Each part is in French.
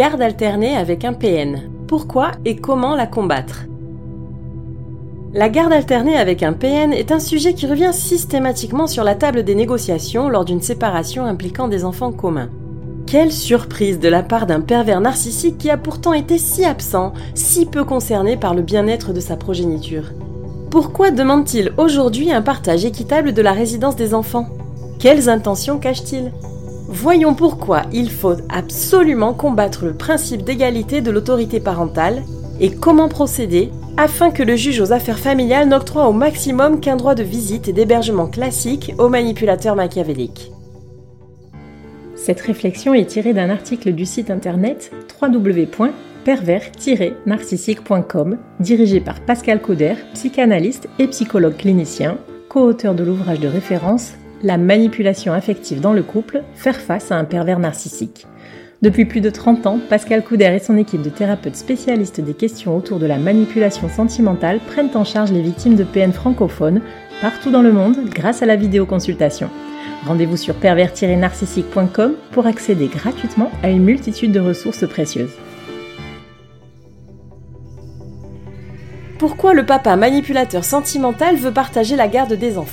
Garde alternée avec un PN. Pourquoi et comment la combattre ? La garde alternée avec un PN est un sujet qui revient systématiquement sur la table des négociations lors d'une séparation impliquant des enfants communs. Quelle surprise de la part d'un pervers narcissique qui a pourtant été si absent, si peu concerné par le bien-être de sa progéniture. Pourquoi demande-t-il aujourd'hui un partage équitable de la résidence des enfants ? Quelles intentions cache-t-il ? Voyons pourquoi il faut absolument combattre le principe d'égalité de l'autorité parentale et comment procéder afin que le juge aux affaires familiales n'octroie au maximum qu'un droit de visite et d'hébergement classique aux manipulateurs machiavéliques. Cette réflexion est tirée d'un article du site internet www.pervers-narcissique.com dirigé par Pascal Cauder, psychanalyste et psychologue clinicien, co-auteur de l'ouvrage de référence La manipulation affective dans le couple, faire face à un pervers narcissique. Depuis plus de 30 ans, Pascal Cauder et son équipe de thérapeutes spécialistes des questions autour de la manipulation sentimentale prennent en charge les victimes de PN francophones partout dans le monde grâce à la vidéoconsultation. Rendez-vous sur pervers-narcissique.com pour accéder gratuitement à une multitude de ressources précieuses. Pourquoi le papa manipulateur sentimental veut partager la garde des enfants ?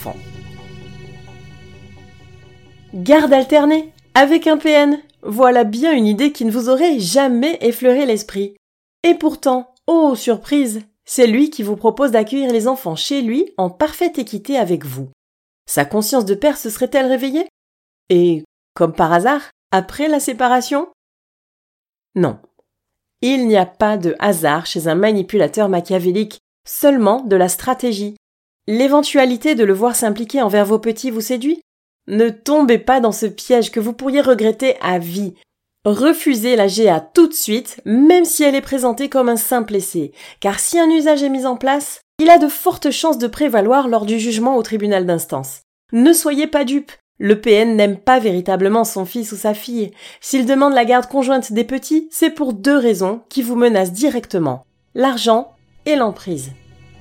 Garde alternée avec un PN. Voilà bien une idée qui ne vous aurait jamais effleuré l'esprit. Et pourtant, oh surprise, c'est lui qui vous propose d'accueillir les enfants chez lui en parfaite équité avec vous. Sa conscience de père se serait-elle réveillée ? Et, comme par hasard, après la séparation ? Non. Il n'y a pas de hasard chez un manipulateur machiavélique, seulement de la stratégie. L'éventualité de le voir s'impliquer envers vos petits vous séduit ? Ne tombez pas dans ce piège que vous pourriez regretter à vie. Refusez la GA tout de suite, même si elle est présentée comme un simple essai, car si un usage est mis en place, il a de fortes chances de prévaloir lors du jugement au tribunal d'instance. Ne soyez pas dupes, le PN n'aime pas véritablement son fils ou sa fille. S'il demande la garde conjointe des petits, c'est pour 2 raisons qui vous menacent directement, l'argent et l'emprise.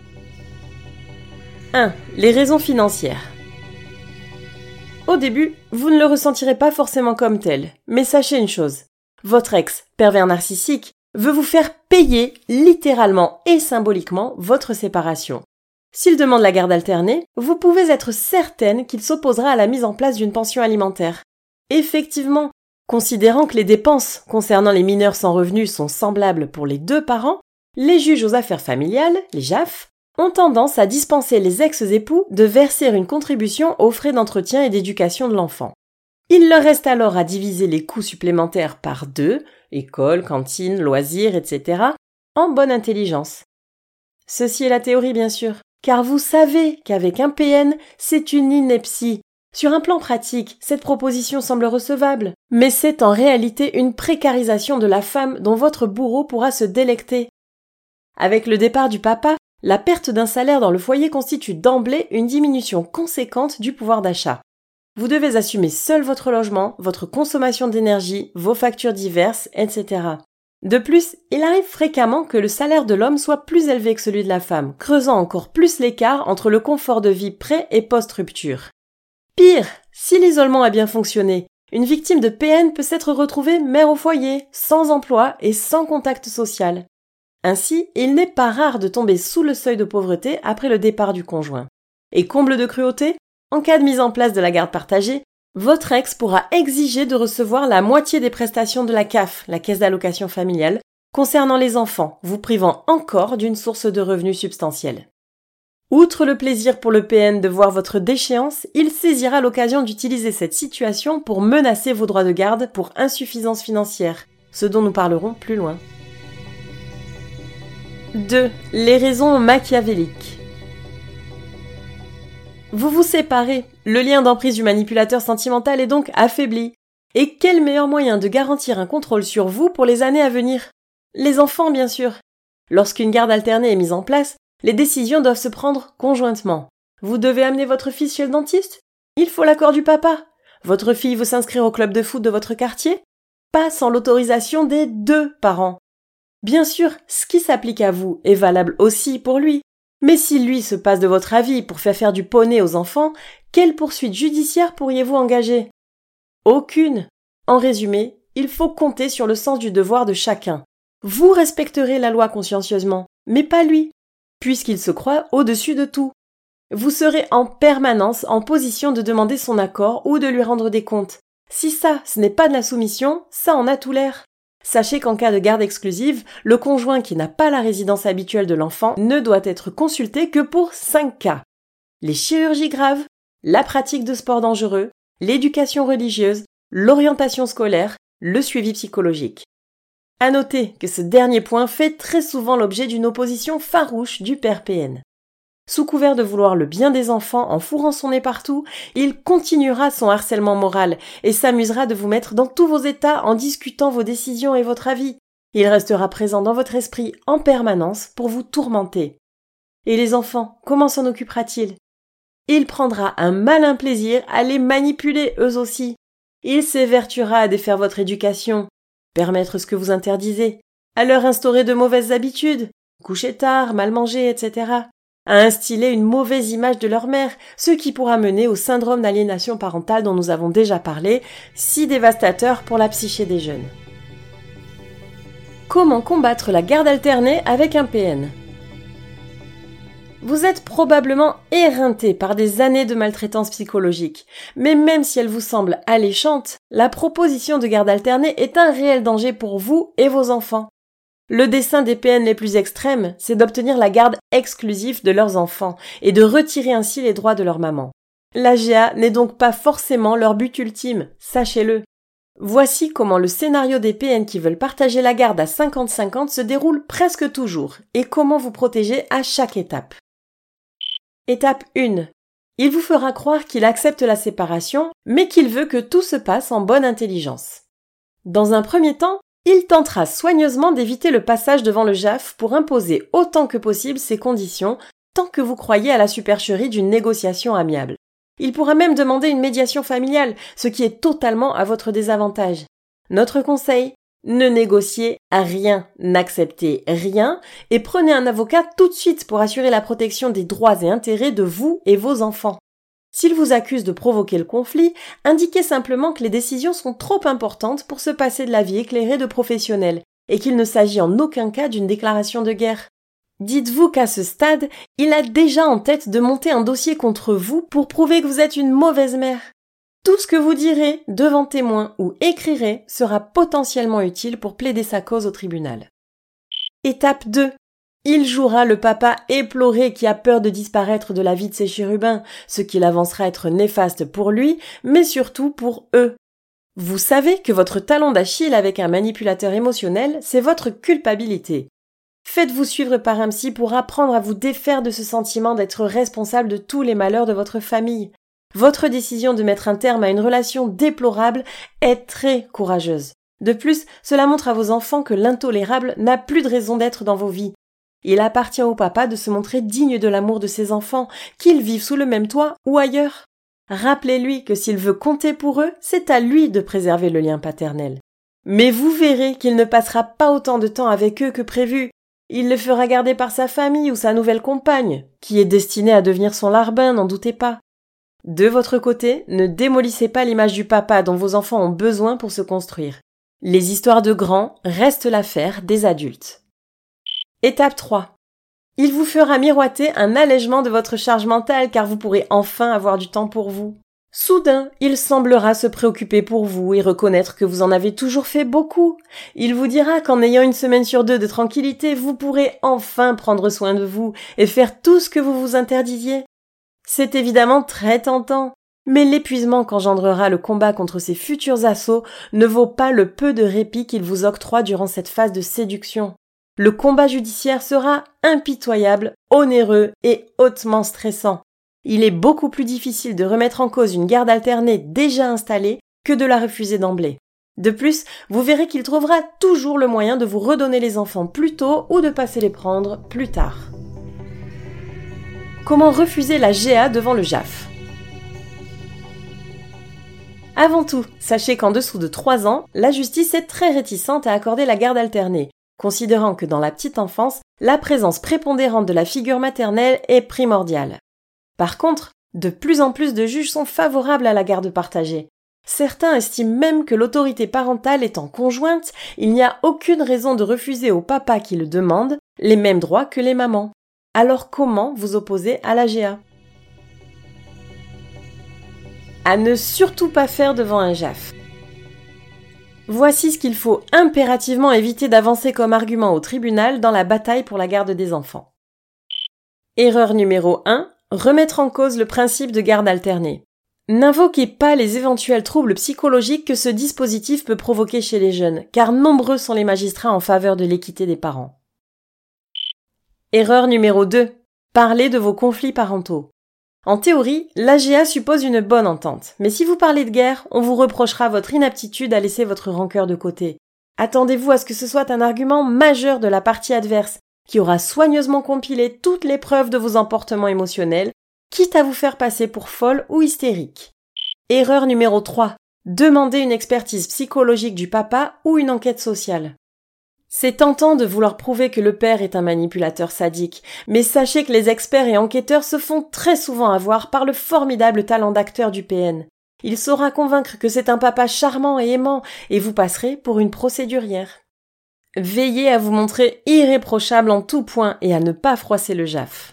1. Les raisons financières. Au début, vous ne le ressentirez pas forcément comme tel, mais sachez une chose. Votre ex, pervers narcissique, veut vous faire payer littéralement et symboliquement votre séparation. S'il demande la garde alternée, vous pouvez être certaine qu'il s'opposera à la mise en place d'une pension alimentaire. Effectivement, considérant que les dépenses concernant les mineurs sans revenus sont semblables pour les 2 parents, les juges aux affaires familiales, les JAF, ont tendance à dispenser les ex-époux de verser une contribution aux frais d'entretien et d'éducation de l'enfant. Il leur reste alors à diviser les coûts supplémentaires par 2, école, cantine, loisirs, etc., en bonne intelligence. Ceci est la théorie bien sûr, car vous savez qu'avec un PN, c'est une ineptie. Sur un plan pratique, cette proposition semble recevable, mais c'est en réalité une précarisation de la femme dont votre bourreau pourra se délecter. Avec le départ du papa, la perte d'un salaire dans le foyer constitue d'emblée une diminution conséquente du pouvoir d'achat. Vous devez assumer seul votre logement, votre consommation d'énergie, vos factures diverses, etc. De plus, il arrive fréquemment que le salaire de l'homme soit plus élevé que celui de la femme, creusant encore plus l'écart entre le confort de vie pré- et post-rupture. Pire, si l'isolement a bien fonctionné, une victime de PN peut s'être retrouvée mère au foyer, sans emploi et sans contact social. Ainsi, il n'est pas rare de tomber sous le seuil de pauvreté après le départ du conjoint. Et comble de cruauté, en cas de mise en place de la garde partagée, votre ex pourra exiger de recevoir la moitié des prestations de la CAF, la caisse d'allocation familiale, concernant les enfants, vous privant encore d'une source de revenus substantielle. Outre le plaisir pour le PN de voir votre déchéance, il saisira l'occasion d'utiliser cette situation pour menacer vos droits de garde pour insuffisance financière, ce dont nous parlerons plus loin. 2. Les raisons machiavéliques. Vous vous séparez, le lien d'emprise du manipulateur sentimental est donc affaibli. Et quel meilleur moyen de garantir un contrôle sur vous pour les années à venir ? Les enfants, bien sûr. Lorsqu'une garde alternée est mise en place, les décisions doivent se prendre conjointement. Vous devez amener votre fils chez le dentiste ? Il faut l'accord du papa. Votre fille veut s'inscrire au club de foot de votre quartier ? Pas sans l'autorisation des 2 parents. Bien sûr, ce qui s'applique à vous est valable aussi pour lui. Mais si lui se passe de votre avis pour faire du poney aux enfants, quelle poursuite judiciaire pourriez-vous engager ? Aucune. En résumé, il faut compter sur le sens du devoir de chacun. Vous respecterez la loi consciencieusement, mais pas lui, puisqu'il se croit au-dessus de tout. Vous serez en permanence en position de demander son accord ou de lui rendre des comptes. Si ça, ce n'est pas de la soumission, ça en a tout l'air. Sachez qu'en cas de garde exclusive, le conjoint qui n'a pas la résidence habituelle de l'enfant ne doit être consulté que pour 5 cas. Les chirurgies graves, la pratique de sports dangereux, l'éducation religieuse, l'orientation scolaire, le suivi psychologique. À noter que ce dernier point fait très souvent l'objet d'une opposition farouche du père PN. Sous couvert de vouloir le bien des enfants en fourrant son nez partout, il continuera son harcèlement moral et s'amusera de vous mettre dans tous vos états en discutant vos décisions et votre avis. Il restera présent dans votre esprit en permanence pour vous tourmenter. Et les enfants, comment s'en occupera-t-il ? Il prendra un malin plaisir à les manipuler eux aussi. Il s'évertuera à défaire votre éducation, permettre ce que vous interdisez, à leur instaurer de mauvaises habitudes, coucher tard, mal manger, etc., à instiller une mauvaise image de leur mère, ce qui pourra mener au syndrome d'aliénation parentale dont nous avons déjà parlé, si dévastateur pour la psyché des jeunes. Comment combattre la garde alternée avec un PN ? Vous êtes probablement éreinté par des années de maltraitance psychologique, mais même si elle vous semble alléchante, la proposition de garde alternée est un réel danger pour vous et vos enfants. Le dessein des PN les plus extrêmes, c'est d'obtenir la garde exclusive de leurs enfants et de retirer ainsi les droits de leur maman. La GA n'est donc pas forcément leur but ultime, sachez-le. Voici comment le scénario des PN qui veulent partager la garde à 50-50 se déroule presque toujours et comment vous protéger à chaque étape. Étape 1. Il vous fera croire qu'il accepte la séparation, mais qu'il veut que tout se passe en bonne intelligence. Dans un premier temps, il tentera soigneusement d'éviter le passage devant le JAF pour imposer autant que possible ses conditions, tant que vous croyez à la supercherie d'une négociation amiable. Il pourra même demander une médiation familiale, ce qui est totalement à votre désavantage. Notre conseil, ne négociez rien, n'acceptez rien et prenez un avocat tout de suite pour assurer la protection des droits et intérêts de vous et vos enfants. S'il vous accuse de provoquer le conflit, indiquez simplement que les décisions sont trop importantes pour se passer de l'avis éclairé de professionnels et qu'il ne s'agit en aucun cas d'une déclaration de guerre. Dites-vous qu'à ce stade, il a déjà en tête de monter un dossier contre vous pour prouver que vous êtes une mauvaise mère. Tout ce que vous direz devant témoins ou écrirez sera potentiellement utile pour plaider sa cause au tribunal. Étape 2. Il jouera le papa éploré qui a peur de disparaître de la vie de ses chérubins, ce qui l'avancera être néfaste pour lui, mais surtout pour eux. Vous savez que votre talon d'Achille avec un manipulateur émotionnel, c'est votre culpabilité. Faites-vous suivre par un psy pour apprendre à vous défaire de ce sentiment d'être responsable de tous les malheurs de votre famille. Votre décision de mettre un terme à une relation déplorable est très courageuse. De plus, cela montre à vos enfants que l'intolérable n'a plus de raison d'être dans vos vies. Il appartient au papa de se montrer digne de l'amour de ses enfants, qu'ils vivent sous le même toit ou ailleurs. Rappelez-lui que s'il veut compter pour eux, c'est à lui de préserver le lien paternel. Mais vous verrez qu'il ne passera pas autant de temps avec eux que prévu. Il le fera garder par sa famille ou sa nouvelle compagne, qui est destinée à devenir son larbin, n'en doutez pas. De votre côté, ne démolissez pas l'image du papa dont vos enfants ont besoin pour se construire. Les histoires de grands restent l'affaire des adultes. Étape 3. Il vous fera miroiter un allègement de votre charge mentale car vous pourrez enfin avoir du temps pour vous. Soudain, il semblera se préoccuper pour vous et reconnaître que vous en avez toujours fait beaucoup. Il vous dira qu'en ayant une semaine sur 2 de tranquillité, vous pourrez enfin prendre soin de vous et faire tout ce que vous vous interdisiez. C'est évidemment très tentant, mais l'épuisement qu'engendrera le combat contre ces futurs assauts ne vaut pas le peu de répit qu'il vous octroie durant cette phase de séduction. Le combat judiciaire sera impitoyable, onéreux et hautement stressant. Il est beaucoup plus difficile de remettre en cause une garde alternée déjà installée que de la refuser d'emblée. De plus, vous verrez qu'il trouvera toujours le moyen de vous redonner les enfants plus tôt ou de passer les prendre plus tard. Comment refuser la GA devant le JAF ? Avant tout, sachez qu'en dessous de 3 ans, la justice est très réticente à accorder la garde alternée, considérant que dans la petite enfance, la présence prépondérante de la figure maternelle est primordiale. Par contre, de plus en plus de juges sont favorables à la garde partagée. Certains estiment même que l'autorité parentale étant conjointe, il n'y a aucune raison de refuser au papa qui le demande les mêmes droits que les mamans. Alors comment vous opposer à l'AGA ? À ne surtout pas faire devant un JAF. Voici ce qu'il faut impérativement éviter d'avancer comme argument au tribunal dans la bataille pour la garde des enfants. Erreur numéro 1, remettre en cause le principe de garde alternée. N'invoquez pas les éventuels troubles psychologiques que ce dispositif peut provoquer chez les jeunes, car nombreux sont les magistrats en faveur de l'équité des parents. Erreur numéro 2, parlez de vos conflits parentaux. En théorie, l'AGA suppose une bonne entente, mais si vous parlez de guerre, on vous reprochera votre inaptitude à laisser votre rancœur de côté. Attendez-vous à ce que ce soit un argument majeur de la partie adverse, qui aura soigneusement compilé toutes les preuves de vos emportements émotionnels, quitte à vous faire passer pour folle ou hystérique. Erreur numéro 3. Demandez une expertise psychologique du papa ou une enquête sociale. C'est tentant de vouloir prouver que le père est un manipulateur sadique, mais sachez que les experts et enquêteurs se font très souvent avoir par le formidable talent d'acteur du PN. Il saura convaincre que c'est un papa charmant et aimant, et vous passerez pour une procédurière. Veillez à vous montrer irréprochable en tout point et à ne pas froisser le JAF.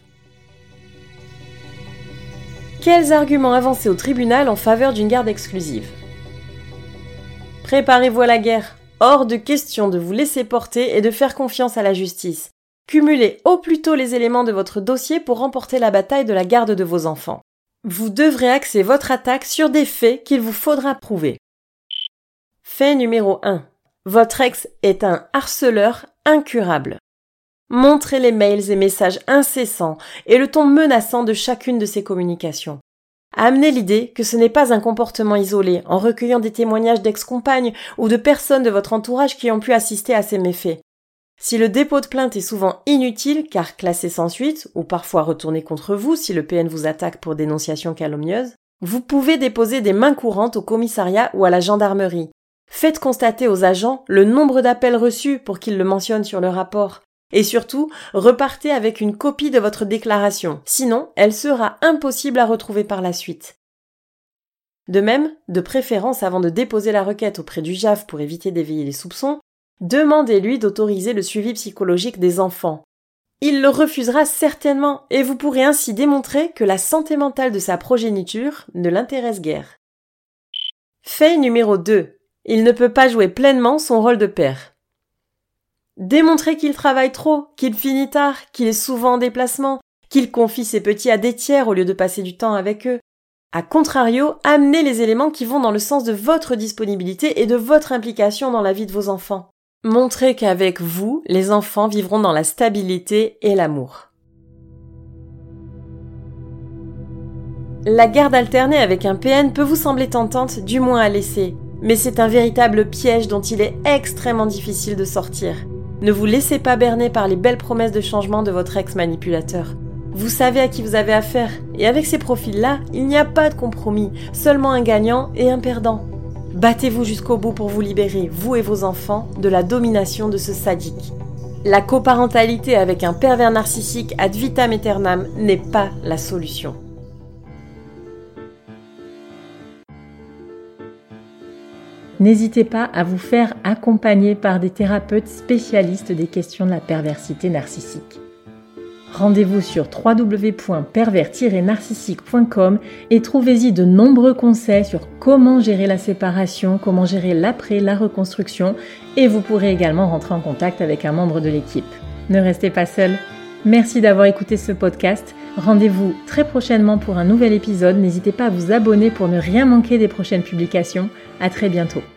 Quels arguments avancer au tribunal en faveur d'une garde exclusive ? Préparez-vous à la guerre. Hors de question de vous laisser porter et de faire confiance à la justice. Cumulez au plus tôt les éléments de votre dossier pour remporter la bataille de la garde de vos enfants. Vous devrez axer votre attaque sur des faits qu'il vous faudra prouver. Fait numéro 1. Votre ex est un harceleur incurable. Montrez les mails et messages incessants et le ton menaçant de chacune de ces communications. Amenez l'idée que ce n'est pas un comportement isolé en recueillant des témoignages d'ex-compagnes ou de personnes de votre entourage qui ont pu assister à ces méfaits. Si le dépôt de plainte est souvent inutile car classé sans suite ou parfois retourné contre vous si le PN vous attaque pour dénonciation calomnieuse, vous pouvez déposer des mains courantes au commissariat ou à la gendarmerie. Faites constater aux agents le nombre d'appels reçus pour qu'ils le mentionnent sur le rapport. Et surtout, repartez avec une copie de votre déclaration, sinon elle sera impossible à retrouver par la suite. De même, de préférence avant de déposer la requête auprès du JAF pour éviter d'éveiller les soupçons, demandez-lui d'autoriser le suivi psychologique des enfants. Il le refusera certainement et vous pourrez ainsi démontrer que la santé mentale de sa progéniture ne l'intéresse guère. Fait numéro 2. Il ne peut pas jouer pleinement son rôle de père. Démontrez qu'il travaille trop, qu'il finit tard, qu'il est souvent en déplacement, qu'il confie ses petits à des tiers au lieu de passer du temps avec eux. A contrario, amenez les éléments qui vont dans le sens de votre disponibilité et de votre implication dans la vie de vos enfants. Montrez qu'avec vous, les enfants vivront dans la stabilité et l'amour. La garde alternée avec un PN peut vous sembler tentante, du moins à laisser, mais c'est un véritable piège dont il est extrêmement difficile de sortir. Ne vous laissez pas berner par les belles promesses de changement de votre ex-manipulateur. Vous savez à qui vous avez affaire, et avec ces profils-là, il n'y a pas de compromis, seulement un gagnant et un perdant. Battez-vous jusqu'au bout pour vous libérer, vous et vos enfants, de la domination de ce sadique. La coparentalité avec un pervers narcissique ad vitam aeternam n'est pas la solution. N'hésitez pas à vous faire accompagner par des thérapeutes spécialistes des questions de la perversité narcissique. Rendez-vous sur www.pervers-narcissique.com et trouvez-y de nombreux conseils sur comment gérer la séparation, comment gérer l'après, la reconstruction, et vous pourrez également rentrer en contact avec un membre de l'équipe. Ne restez pas seul. Merci d'avoir écouté ce podcast. Rendez-vous très prochainement pour un nouvel épisode. N'hésitez pas à vous abonner pour ne rien manquer des prochaines publications. À très bientôt.